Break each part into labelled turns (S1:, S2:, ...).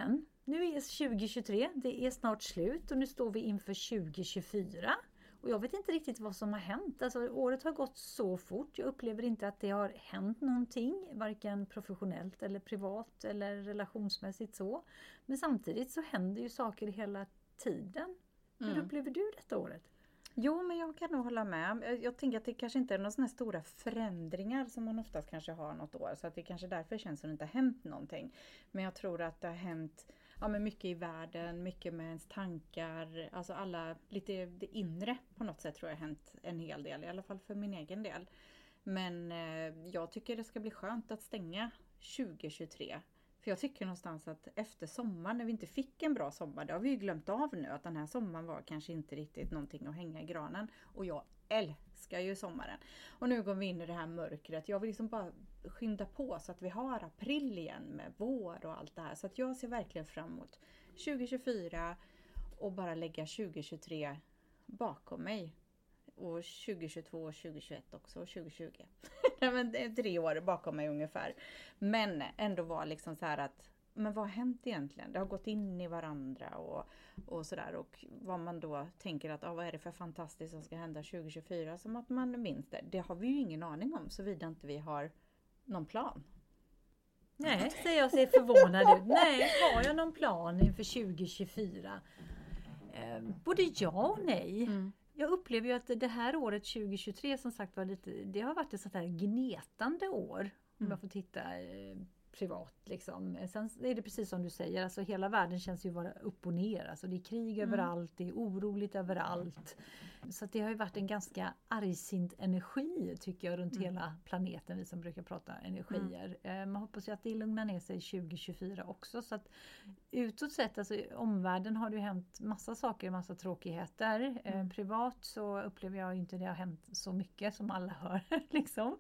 S1: igen. Nu är 2023, det är snart slut och nu står vi inför 2024. Och jag vet inte riktigt vad som har hänt. Alltså, året har gått så fort. Jag upplever inte att det har hänt någonting. Varken professionellt eller privat eller relationsmässigt så. Men samtidigt så händer ju saker hela tiden. Hur upplever du detta året?
S2: Jo, men jag kan nog hålla med. Jag tänker att det kanske inte är några sådana stora förändringar som man oftast kanske har något år. Så att det kanske därför känns som att det inte har hänt någonting. Men jag tror att det har hänt men mycket i världen, mycket med ens tankar. Alltså lite det inre på något sätt tror jag har hänt en hel del. I alla fall för min egen del. Men jag tycker det ska bli skönt att stänga 2023. För jag tycker någonstans att efter sommaren, när vi inte fick en bra sommar, det har vi ju glömt av nu. Att den här sommaren var kanske inte riktigt någonting att hänga i granen. Och jag älskar ju sommaren. Och nu går vi in i det här mörkret. Jag vill liksom bara skynda på så att vi har april igen med vår och allt det här. Så att jag ser verkligen fram emot 2024 och bara lägga 2023 bakom mig. Och 2022 och 2021 också och 2020. Men det är 3 år bakom mig ungefär. Men ändå var liksom så här att, men vad har hänt egentligen? Det har gått in i varandra och sådär. Och vad man då tänker att, vad är det för fantastiskt som ska hända 2024? Som att man minns det. Det har vi ju ingen aning om, såvida inte vi har någon plan.
S1: Nej, säger jag, ser förvånad ut. Nej, har jag någon plan inför 2024? Både ja och nej. Jag upplever ju att det här året 2023 som sagt det har varit ett sånt här gnetande år. Om jag får titta privat liksom. Sen är det precis som du säger, alltså hela världen känns ju vara upp och ner. Alltså det är krig överallt, det är oroligt överallt. Så att det har ju varit en ganska argsint energi tycker jag runt hela planeten, vi som brukar prata energier. Man hoppas ju att det lugnar ner sig 2024 också. Så att utåt sett, alltså i omvärlden har det ju hänt massa saker, massa tråkigheter. Privat så upplever jag inte det har hänt så mycket som alla hör liksom.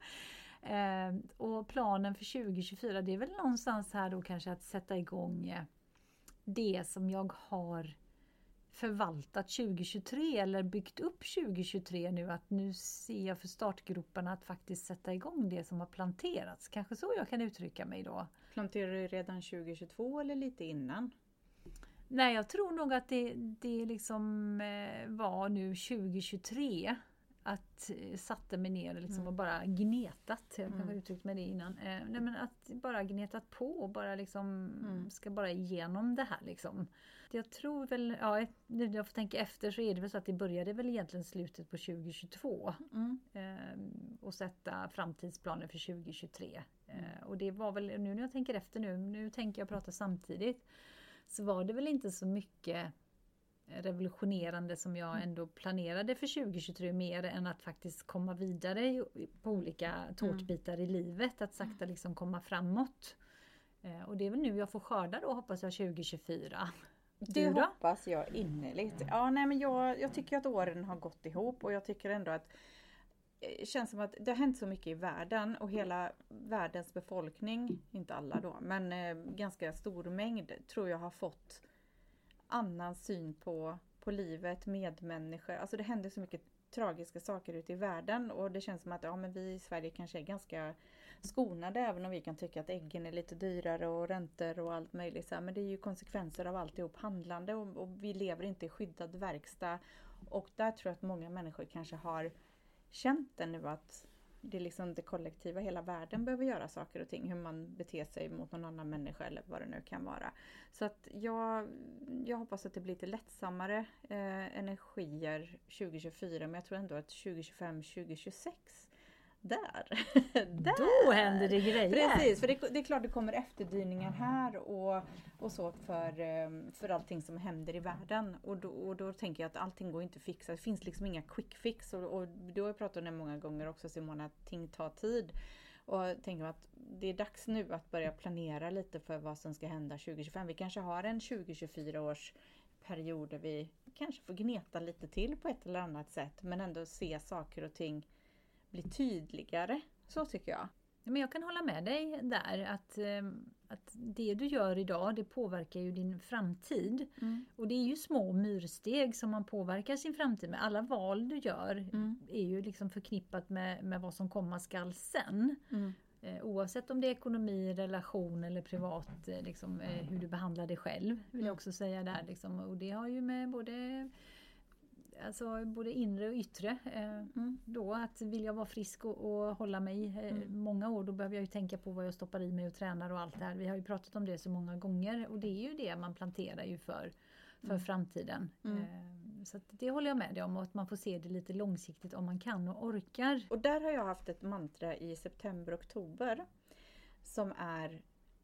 S1: Och planen för 2024, det är väl någonstans här då kanske att sätta igång det som jag har förvaltat 2023 eller byggt upp 2023 nu, att nu ser jag för startgroparna att faktiskt sätta igång det som har planterats. Kanske så jag kan uttrycka mig då.
S2: Planterar du redan 2022 eller lite innan?
S1: Nej, jag tror nog att det liksom var nu 2023 att satte mig ner liksom och bara gnetat. Jag kan ha uttryckt med det innan. Nej, men att bara gnetat på och bara liksom ska bara igenom det här liksom. Jag tror väl, nu när jag får tänka efter så är det väl så att det började väl egentligen slutet på 2022. Och sätta framtidsplaner för 2023. Och det var väl, nu när jag tänker efter nu tänker jag prata samtidigt, så var det väl inte så mycket revolutionerande som jag ändå planerade för 2023 mer än att faktiskt komma vidare på olika tårtbitar i livet, att sakta liksom komma framåt. Och det är väl nu jag får skörda då, hoppas jag, 2024.
S2: Det hoppas jag innerligt. Ja, nej, men jag tycker att åren har gått ihop och jag tycker ändå att det känns som att det har hänt så mycket i världen och hela världens befolkning, inte alla då, men ganska stor mängd tror jag har fått annan syn på livet, medmänniskor. Alltså det händer så mycket tragiska saker ute i världen och det känns som att men vi i Sverige kanske är ganska skonade, även om vi kan tycka att äggen är lite dyrare och räntor och allt möjligt. Men det är ju konsekvenser av alltihop handlande och vi lever inte i skyddad verkstad. Och där tror jag att många människor kanske har känt det nu, att det är liksom det kollektiva, hela världen behöver göra saker och ting. Hur man beter sig mot någon annan människa eller vad det nu kan vara. Så att jag hoppas att det blir lite lättsammare energier 2024. Men jag tror ändå att 2025-2026 där.
S1: Då händer det grejer.
S2: Precis, för det är klart det kommer efterdyningar här och så för allting som händer i världen. Och då tänker jag att allting går inte att fixa. Det finns liksom inga quick fix. Och då har jag pratat om det många gånger också, Simona, att ting tar tid. Och jag tänker att det är dags nu att börja planera lite för vad som ska hända 2025. Vi kanske har en 2024 års period där vi kanske får gneta lite till på ett eller annat sätt. Men ändå se saker och ting bli tydligare. Så tycker jag.
S1: Men jag kan hålla med dig där att det du gör idag, det påverkar ju din framtid. Och det är ju små myrsteg som man påverkar sin framtid med. Alla val du gör är ju liksom förknippat med vad som komma skall sen. Oavsett om det är ekonomi, relation eller privat, liksom, hur du behandlar dig själv, vill jag också säga där. Liksom. Och det har ju med både inre och yttre. Då att vill jag vara frisk och hålla mig många år, då behöver jag ju tänka på vad jag stoppar i mig och tränar och allt det här. Vi har ju pratat om det så många gånger och det är ju det man planterar ju för framtiden. Så att det håller jag med dig om, och att man får se det lite långsiktigt om man kan och orkar.
S2: Och där har jag haft ett mantra i september-oktober som är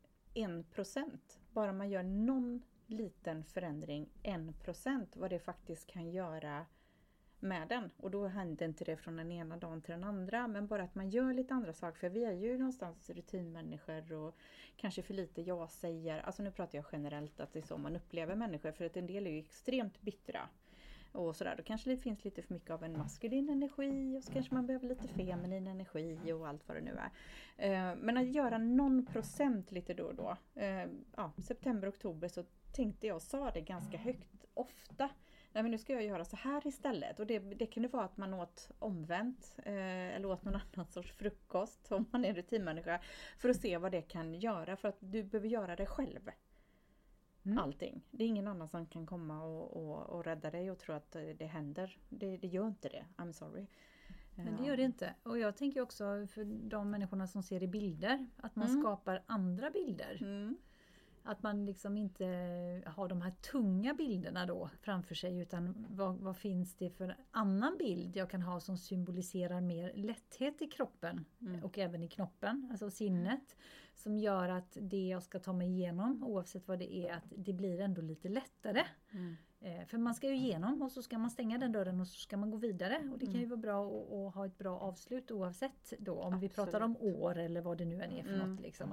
S2: 1%. Bara man gör någon liten förändring, 1%, vad det faktiskt kan göra med den. Och då händer inte det från den ena dagen till den andra, men bara att man gör lite andra saker. För vi är ju någonstans rutinmänniskor och kanske för lite jag säger. Alltså nu pratar jag generellt att det är så man upplever människor, för att en del är ju extremt bittra. Och sådär, då kanske det finns lite för mycket av en maskulin energi och så kanske man behöver lite feminin energi och allt vad det nu är. Men att göra någon procent lite då och då. September, oktober så tänkte jag och sa det ganska högt ofta. Nej, men nu ska jag göra så här istället. Och det kan det vara att man åt omvänt eller åt någon annan sorts frukost om man är en rutinmänniska. För att se vad det kan göra, för att du behöver göra det själv. Allting. Det är ingen annan som kan komma och rädda dig och tro att det händer. Det gör inte det. I'm sorry.
S1: Men det gör det inte. Och jag tänker också för de människorna som ser i bilder, att man skapar andra bilder. Att man liksom inte har de här tunga bilderna då framför sig, utan vad finns det för annan bild jag kan ha som symboliserar mer lätthet i kroppen och även i knoppen, alltså sinnet, som gör att det jag ska ta mig igenom, oavsett vad det är, att det blir ändå lite lättare. För man ska ju igenom och så ska man stänga den dörren och så ska man gå vidare, och det kan ju vara bra att ha ett bra avslut oavsett då, om
S2: Absolut.
S1: vi pratar om år eller vad det nu än är för något liksom,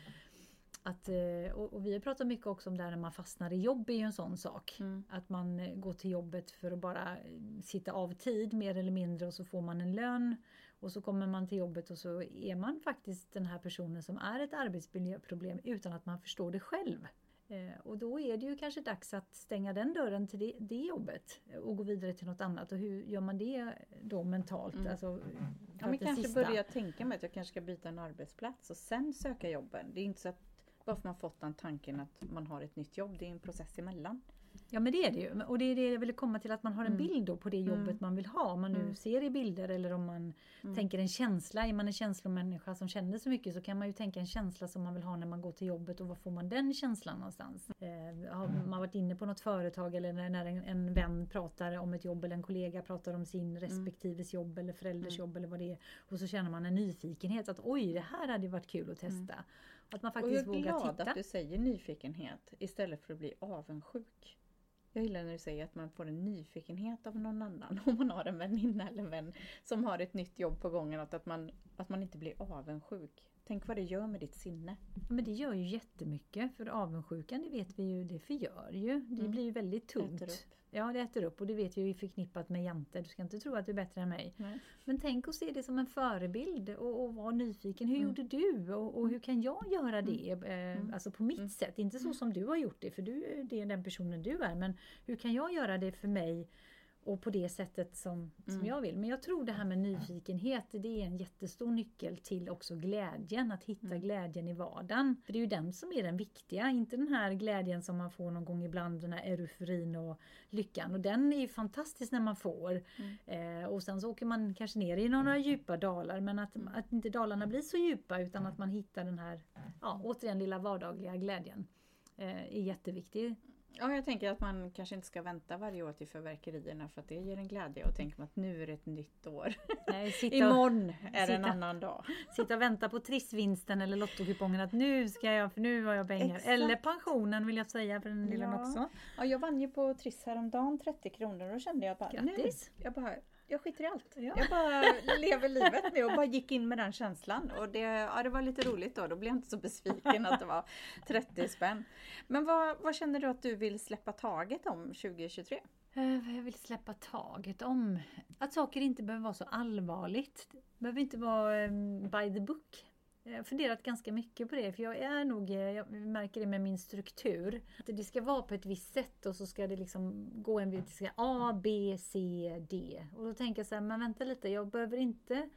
S1: och vi har pratat mycket också om det här när man fastnar i jobb är ju en sån sak. Att man går till jobbet för att bara sitta av tid mer eller mindre, och så får man en lön. Och så kommer man till jobbet och så är man faktiskt den här personen som är ett arbetsmiljöproblem utan att man förstår det själv. Och då är det ju kanske dags att stänga den dörren till det jobbet och gå vidare till något annat. Och hur gör man det då mentalt? Alltså,
S2: men kanske börja tänka med att jag kanske ska byta en arbetsplats och sen söka jobben. Det är inte så att bara för man fått den tanken att man har ett nytt jobb, det är en process emellan.
S1: Ja, men det är det ju. Och det är det jag vill komma till, att man har en bild då på det jobbet man vill ha. Om man nu ser i bilder eller om man tänker en känsla. Är man en känslomänniska som känner så mycket, så kan man ju tänka en känsla som man vill ha när man går till jobbet. Och var får man den känslan någonstans? Har man varit inne på något företag eller när en vän pratar om ett jobb eller en kollega pratar om sin respektives jobb eller förälders jobb eller vad det är. Och så känner man en nyfikenhet att oj, det här hade varit kul att testa. Att man faktiskt vågar titta. Och jag är glad
S2: att du säger nyfikenhet istället för att bli avundsjuk. Jag gillar när du säger att man får en nyfikenhet av någon annan. Om man har en väninna eller en vän som har ett nytt jobb på gången. Att man inte blir avundsjuk. Tänk vad det gör med ditt sinne.
S1: Men det gör ju jättemycket. För avundsjukan, det vet vi ju, det förgör ju. Det blir ju väldigt tungt. Ja, det äter upp, och det vet vi ju förknippat med jante. Du ska inte tro att du är bättre än mig.
S2: Nej.
S1: Men tänk att se det som en förebild och vara nyfiken. Hur gjorde du? Och hur kan jag göra det? Alltså på mitt sätt. Inte så som du har gjort det, för det är den personen du är. Men hur kan jag göra det för mig? Och på det sättet som jag vill. Men jag tror det här med nyfikenhet, det är en jättestor nyckel till också glädjen. Att hitta glädjen i vardagen. För det är ju den som är den viktiga. Inte den här glädjen som man får någon gång ibland. Den här euforin och lyckan. Och den är ju fantastisk när man får. Och sen så åker man kanske ner i några djupa dalar. Men att inte dalarna blir så djupa. Utan att man hittar den här, återigen lilla vardagliga glädjen. Är jätteviktig.
S2: Ja, jag tänker att man kanske inte ska vänta varje år till förverkerierna, för att det ger en glädje och tänka att nu är det ett nytt år.
S1: Nej,
S2: imorgon är det en annan dag.
S1: Sitta och vänta på trissvinsten eller lottokupongen att nu ska jag, för nu har jag pengar. Exakt. Eller pensionen vill jag säga för den lilla också.
S2: Ja, jag vann ju på Triss häromdagen 30 kronor och då kände jag bara,
S1: grattis.
S2: Jag skiter i allt. Ja. Jag bara lever livet nu och bara gick in med den känslan. Och det var lite roligt då. Då blev jag inte så besviken att det var 30 spänn. Men vad känner du att du vill släppa taget om 2023?
S1: Jag vill släppa taget om att saker inte behöver vara så allvarligt. Det behöver inte vara by the book. Jag har funderat ganska mycket på det, för jag märker det med min struktur. Att det ska vara på ett visst sätt och så ska det liksom gå en vid A, B, C, D. Och då tänker jag så här, men vänta lite, jag behöver inte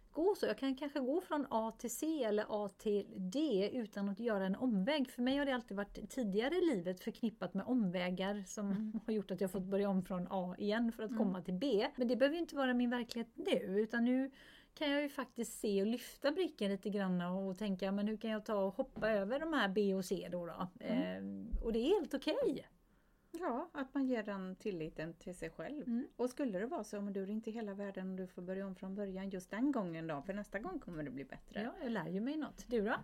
S1: gå så. Jag kan kanske gå från A till C eller A till D utan att göra en omväg. För mig har det alltid varit tidigare i livet förknippat med omvägar som har gjort att jag fått börja om från A igen för att komma till B. Men det behöver ju inte vara min verklighet nu, utan nu kan jag ju faktiskt se och lyfta blicken lite grann och tänka, men hur kan jag ta och hoppa över de här B och C då? Och det är helt okej.
S2: Ja, att man ger den tilliten till sig själv. Och skulle det vara så, men du är inte hela världen och du får börja om från början just den gången då, för nästa gång kommer det bli bättre.
S1: Ja, jag lär ju mig något. Du då?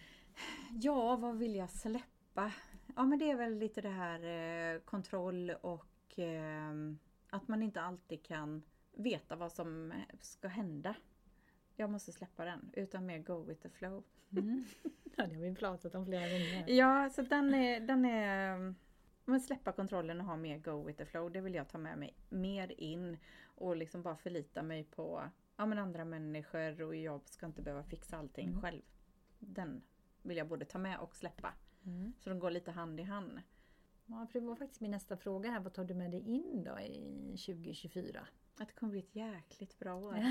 S2: Ja, vad vill jag släppa? Ja, men det är väl lite det här kontroll och att man inte alltid kan veta vad som ska hända. Jag måste släppa den, utan mer go with the flow.
S1: Ja, det har vi pratat om flera gånger.
S2: Ja, så den är men släppa kontrollen och ha mer go with the flow. Det vill jag ta med mig mer in och liksom bara förlita mig på men andra människor, och jag ska inte behöva fixa allting själv. Den vill jag både ta med och släppa. Så de går lite hand i hand.
S1: Ja, för det var faktiskt min nästa fråga här. Vad tar du med dig in då i 2024?
S2: Att det kommer bli ett jäkligt bra år.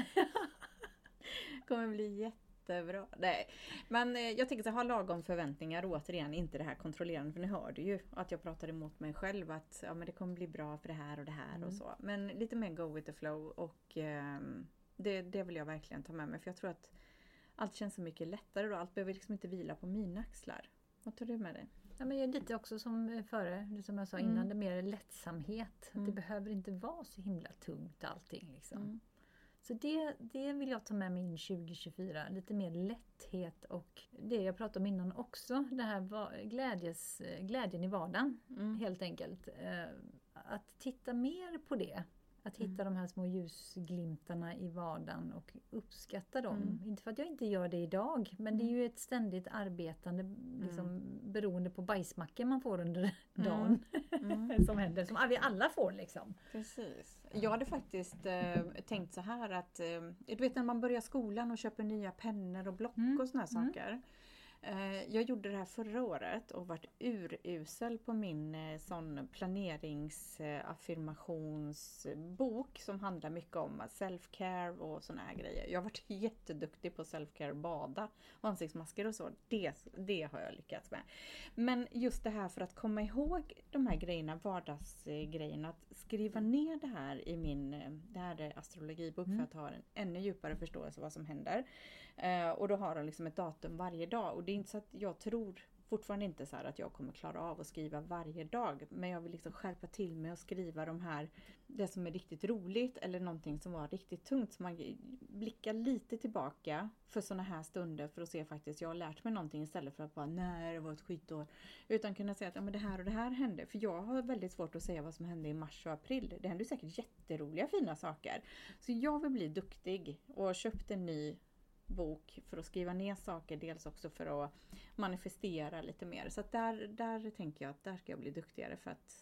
S2: Det kommer bli jättebra. Nej. Men jag tänker så ha lagom förväntningar, och återigen inte det här kontrollerande, för ni hörde ju att jag pratade emot mig själv att men det kommer bli bra för det här och det här och så. Men lite mer go with the flow, och det vill jag verkligen ta med mig, för jag tror att allt känns så mycket lättare och allt behöver liksom inte vila på mina axlar. Vad tar du med dig?
S1: Ja, men jag är lite också som som jag sa innan, det är mer lättsamhet. Att det behöver inte vara så himla tungt allting liksom. Så det vill jag ta med mig in 2024. Lite mer lätthet, och det jag pratade om innan också. Det här glädjen i vardagen helt enkelt. Att titta mer på det. Att hitta de här små ljusglimtarna i vardagen och uppskatta dem. Inte för att jag inte gör det idag, men det är ju ett ständigt arbetande liksom, beroende på bajsmacken man får under dagen. Som händer, som vi alla får liksom.
S2: Precis. Jag hade faktiskt tänkt så här att du vet när man börjar skolan och köper nya pennor och block och såna här saker. Jag gjorde det här förra året och varit urusel på min sån planeringsaffirmationsbok som handlar mycket om self-care och såna här grejer. Jag har varit jätteduktig på self-care, bada och ansiktsmasker och så. Det har jag lyckats med. Men just det här för att komma ihåg de här grejerna, vardagsgrejerna, att skriva ner det här i det här är astrologibok för att ha en ännu djupare förståelse av vad som händer. Och då har de liksom ett datum varje dag. Och det är inte så att jag tror fortfarande inte så här att jag kommer klara av att skriva varje dag. Men jag vill liksom skärpa till mig och skriva det som är riktigt roligt eller någonting som var riktigt tungt. Så man blickar lite tillbaka för såna här stunder för att se faktiskt jag har lärt mig någonting istället för att bara nej det var ett skitår. Utan kunna säga att men det här och det här hände. För jag har väldigt svårt att säga vad som hände i mars och april. Det hände säkert jätteroliga fina saker. Så jag vill bli duktig och köpt en ny bok för att skriva ner saker, dels också för att manifestera lite mer. Så att där tänker jag att där ska jag bli duktigare för att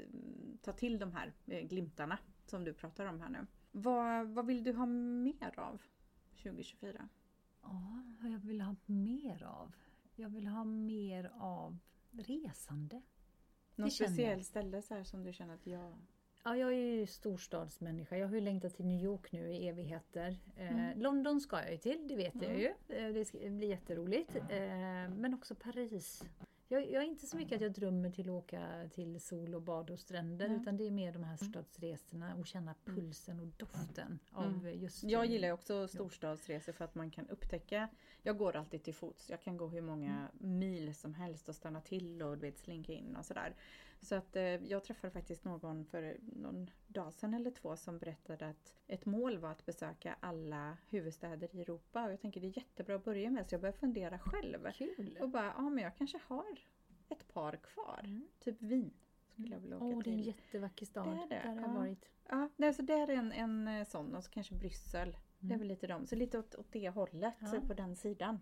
S2: ta till de här glimtarna som du pratar om här nu. Vad vill du ha mer av 2024?
S1: Ja, vad jag vill ha mer av? Jag vill ha mer av resande.
S2: Något speciellt ställe så här som du känner att jag...
S1: Ja, jag är ju storstadsmänniska. Jag har ju längtat till New York nu i evigheter. London ska jag ju till, det vet jag ju. Det blir jätteroligt. Men också Paris. Jag är inte så mycket att jag drömmer till att åka till sol och bad och stränder. Utan det är mer de här storstadsresorna och känna pulsen och doften av just...
S2: Jag gillar ju också storstadsresor för att man kan upptäcka... Jag går alltid till fots. Jag kan gå hur många mil som helst och stanna till och slinka in och sådär. Så att jag träffade faktiskt någon för någon dag sedan eller 2 som berättade att ett mål var att besöka alla huvudstäder i Europa. Och jag tänker det är jättebra att börja med, så jag börjar fundera själv.
S1: Kul.
S2: Och bara, men jag kanske har ett par kvar. Typ Wien skulle jag vilja åka till.
S1: Det är en jättevacker stad.
S2: Det är det.
S1: Där har jag varit.
S2: Ja, så det är en sån, och så kanske Bryssel. Det är väl lite dem. Så lite åt det hållet, så på den sidan.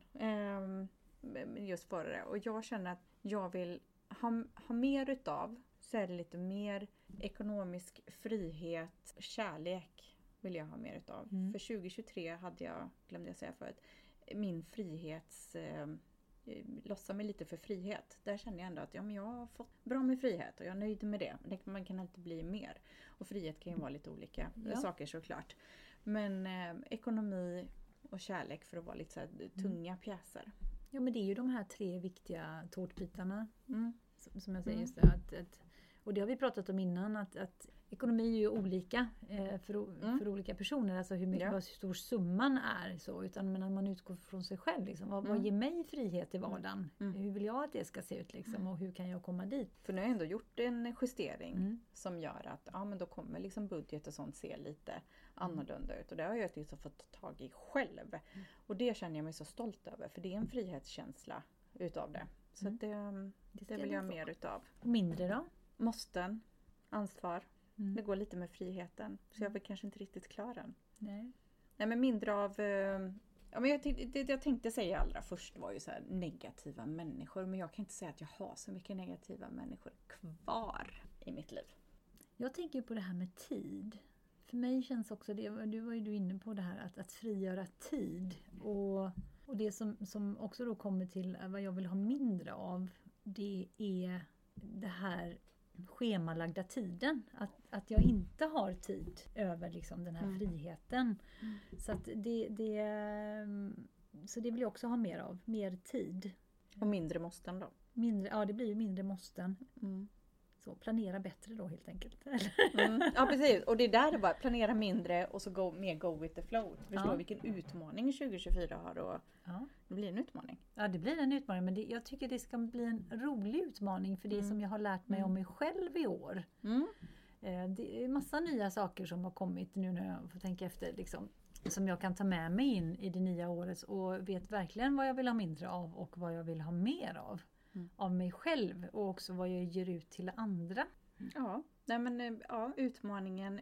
S2: Just för det. Och jag känner att jag vill ha mer utav, så är det lite mer ekonomisk frihet, kärlek vill jag ha mer utav. För 2023 hade jag, glömde jag säga förut, min lossa mig lite för frihet. Där känner jag ändå att jag har fått bra med frihet och jag är nöjd med det. Man kan alltid bli mer. Och frihet kan ju vara lite olika saker såklart. Men ekonomi, och kärlek för att vara lite så här tunga pjäser.
S1: Ja, men det är ju de här 3 viktiga tårtbitarna. Som jag säger just det. Och det har vi pratat om innan, att ekonomi är ju olika för olika personer. Alltså hur stor summan är. Så, utan men man utgår från sig själv. Liksom. Vad ger mig frihet i vardagen? Hur vill jag att det ska se ut? Liksom, och hur kan jag komma dit?
S2: För nu har jag ändå gjort en justering som gör att men då kommer liksom budget och sånt se lite annorlunda ut. Och det har jag liksom fått tag i själv. Och det känner jag mig så stolt över. För det är en frihetskänsla utav det. Så att det vill jag ha mer utav.
S1: Mindre då?
S2: Måsten, ansvar. Det går lite med friheten. Så jag är väl kanske inte riktigt klar än.
S1: Nej,
S2: men mindre av... men jag tänkte säga allra först var ju så här negativa människor. Men jag kan inte säga att jag har så mycket negativa människor kvar i mitt liv.
S1: Jag tänker på det här med tid. För mig känns också det, du var ju inne på det här att frigöra tid. Och det som också då kommer till vad jag vill ha mindre av, det är det här schemalagda tiden. Att jag inte har tid över liksom den här friheten. Så att så det vill jag också ha mer av. Mer tid.
S2: Och mindre måsten då?
S1: Det blir ju mindre måsten. Så planera bättre då helt enkelt.
S2: Ja precis, och det är där det bara planera mindre och så go with the flow. Förstår vilken utmaning 2024 har då. Det blir en utmaning.
S1: Ja, det blir en utmaning, men jag tycker det ska bli en rolig utmaning för det som jag har lärt mig om mig själv i år. Det är massa nya saker som har kommit nu när jag får tänka efter liksom, som jag kan ta med mig in i det nya året och vet verkligen vad jag vill ha mindre av och vad jag vill ha mer av mig själv och också vad jag ger ut till andra.
S2: Utmaningen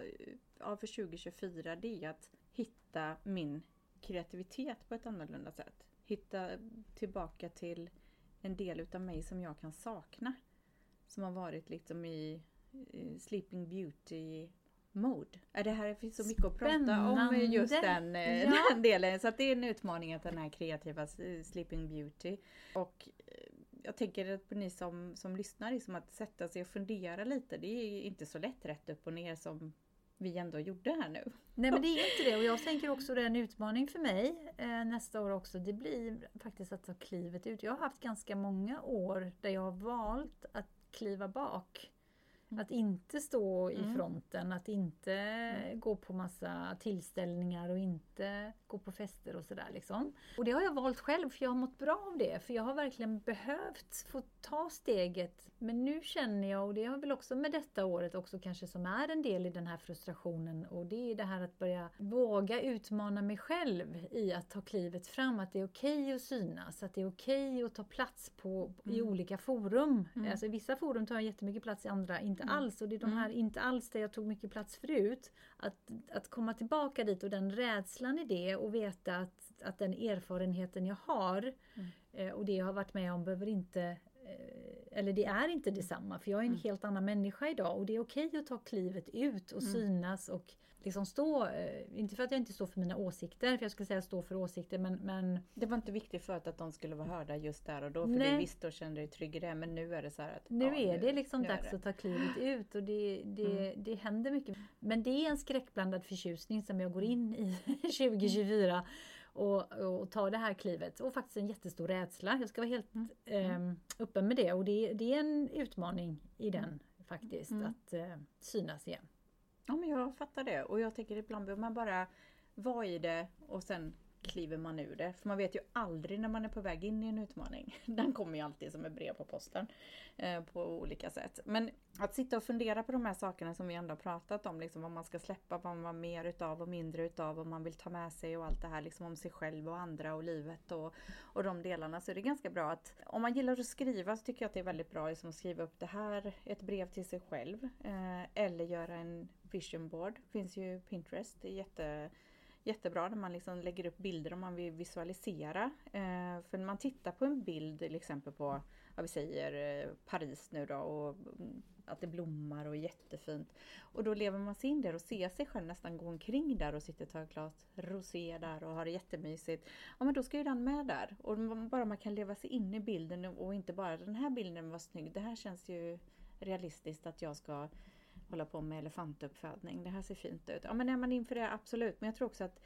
S2: för 2024 det är att hitta min kreativitet på ett annorlunda sätt. Hitta tillbaka till en del utav mig som jag kan sakna. Som har varit liksom i Sleeping Beauty mode. Det här finns så mycket att prata om just den delen. Så att det är en utmaning att den här kreativa Sleeping Beauty. Och jag tänker på ni som lyssnar liksom att sätta sig och fundera lite. Det är inte så lätt rätt upp och ner som vi ändå gjorde här nu.
S1: Nej, men det är inte det. Och jag tänker också det är en utmaning för mig nästa år också. Det blir faktiskt att ta klivet ut. Jag har haft ganska många år där jag har valt att kliva bak. Att inte stå i fronten, att inte gå på massa tillställningar och inte gå på fester och sådär liksom. Och det har jag valt själv för jag har mått bra av det. För jag har verkligen behövt få ta steget. Men nu känner jag, och det har väl också med detta året också kanske som är en del i den här frustrationen. Och det är det här att börja våga utmana mig själv i att ta klivet fram. Att det är okej att synas, att det är okej att ta plats i olika forum. Alltså i vissa forum tar jag jättemycket plats, i andra inte alls. Och det är de här inte alls där jag tog mycket plats förut. Att komma tillbaka dit och den rädslan i det och veta att den erfarenheten jag har och det jag har varit med om behöver inte, eller det är inte detsamma. För jag är en helt annan människa idag och det är okej att ta klivet ut och synas och liksom stå, inte för att jag inte står för mina åsikter, för jag skulle säga stå för åsikter, men...
S2: Det var inte viktigt för att de skulle vara hörda just där och då, för du visste och kände dig trygg i det, men nu är det så här att...
S1: Nu är det liksom dags att ta klivet ut och det händer mycket. Men det är en skräckblandad förtjusning som jag går in i 2024 och tar det här klivet. Och faktiskt en jättestor rädsla. Jag ska vara helt öppen med det. Och det är en utmaning i den faktiskt, att synas igen.
S2: Ja, men jag fattar det. Och jag tänker ibland behöver man bara vara i det och sen kliver man ur det. För man vet ju aldrig när man är på väg in i en utmaning. Den kommer ju alltid som ett brev på posten på olika sätt. Men att sitta och fundera på de här sakerna som vi ändå har pratat om. Liksom vad man ska släppa, vad man har mer utav och mindre utav. Vad man vill ta med sig och allt det här liksom om sig själv och andra och livet och de delarna. Så är det ganska bra att om man gillar att skriva så tycker jag att det är väldigt bra liksom att skriva upp det här, ett brev till sig själv. Eller göra en vision board. Det finns ju Pinterest, det är jättebra när man liksom lägger upp bilder om man vill visualisera. För när man tittar på en bild till exempel på, vad vi säger, Paris nu då och att det blommar och är jättefint. Och då lever man sig in där och ser sig själv nästan gå omkring där och sitter och tar ett glas rosé där och har det jättemysigt. Ja, men då ska ju den med där. Och bara man kan leva sig in i bilden och inte bara den här bilden var snygg. Det här känns ju realistiskt att jag ska hålla på med elefantuppfödning. Det här ser fint ut. Ja, men är man inför det, absolut. Men jag tror också att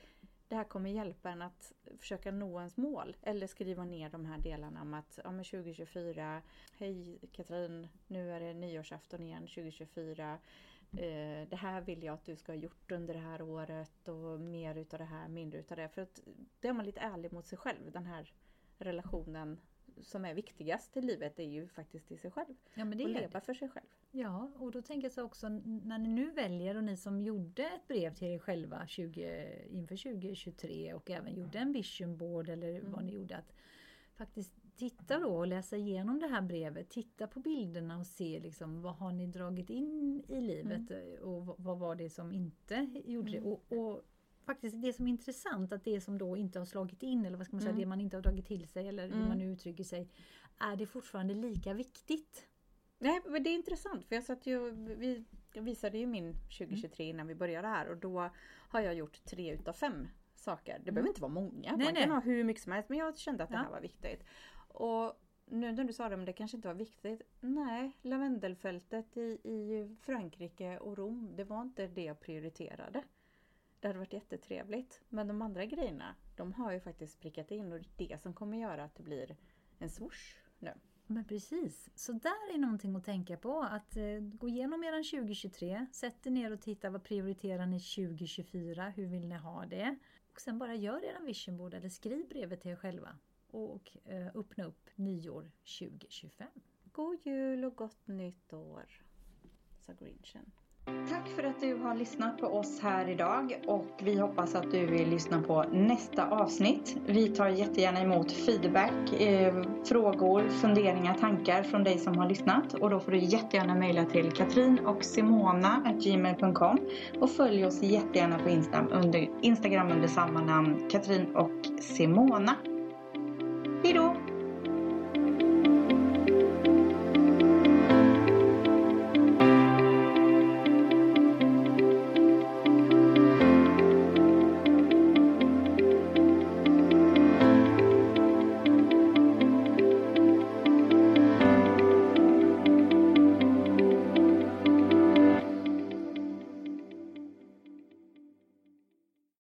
S2: det här kommer hjälpa en att försöka nå ens mål. Eller skriva ner de här delarna om att 2024, hej Katrin, nu är det nyårsafton igen 2024. Det här vill jag att du ska ha gjort under det här året och mer utav det här, mindre utav det. För att då är man lite ärlig mot sig själv. Den här relationen som är viktigast i livet är ju faktiskt till sig själv.
S1: Ja, men det
S2: och
S1: är
S2: leva för sig själv.
S1: Ja, och då tänker jag så också när ni nu väljer och ni som gjorde ett brev till er själva inför 2023 och även gjorde en vision board eller vad ni gjorde, att faktiskt titta då och läsa igenom det här brevet, titta på bilderna och se liksom, vad har ni dragit in i livet och vad var det som inte gjorde det. Och faktiskt det som är intressant, att det som då inte har slagit in, eller vad ska man säga, det man inte har dragit till sig eller hur man nu uttrycker sig, är det fortfarande lika viktigt?
S2: Nej, men det är intressant för jag visade ju min 2023 innan vi började här och då har jag gjort 3 utav 5 saker. Det behöver inte vara många, man kan ha hur mycket som helst, men jag kände att det här var viktigt. Och nu när du sa det, men det kanske inte var viktigt. Nej, lavendelfältet i Frankrike och Rom, det var inte det jag prioriterade. Det hade varit jättetrevligt. Men de andra grejerna, de har ju faktiskt prickat in och det är det som kommer göra att det blir en swoosh nu.
S1: Men precis, så där är någonting att tänka på, att gå igenom eran 2023, sätt er ner och titta vad prioriterar ni 2024, hur vill ni ha det? Och sen bara gör eran vision board eller skriv brevet till er själva och öppna upp nyår 2025.
S2: God jul och gott nytt år, sa Grinchen.
S3: Tack för att du har lyssnat på oss här idag och vi hoppas att du vill lyssna på nästa avsnitt. Vi tar jättegärna emot feedback, frågor, funderingar, tankar från dig som har lyssnat. Och då får du jättegärna mejla till katrinochsimona@gmail.com och följ oss jättegärna på Instagram under samma namn, Katrin och Simona. Hej då!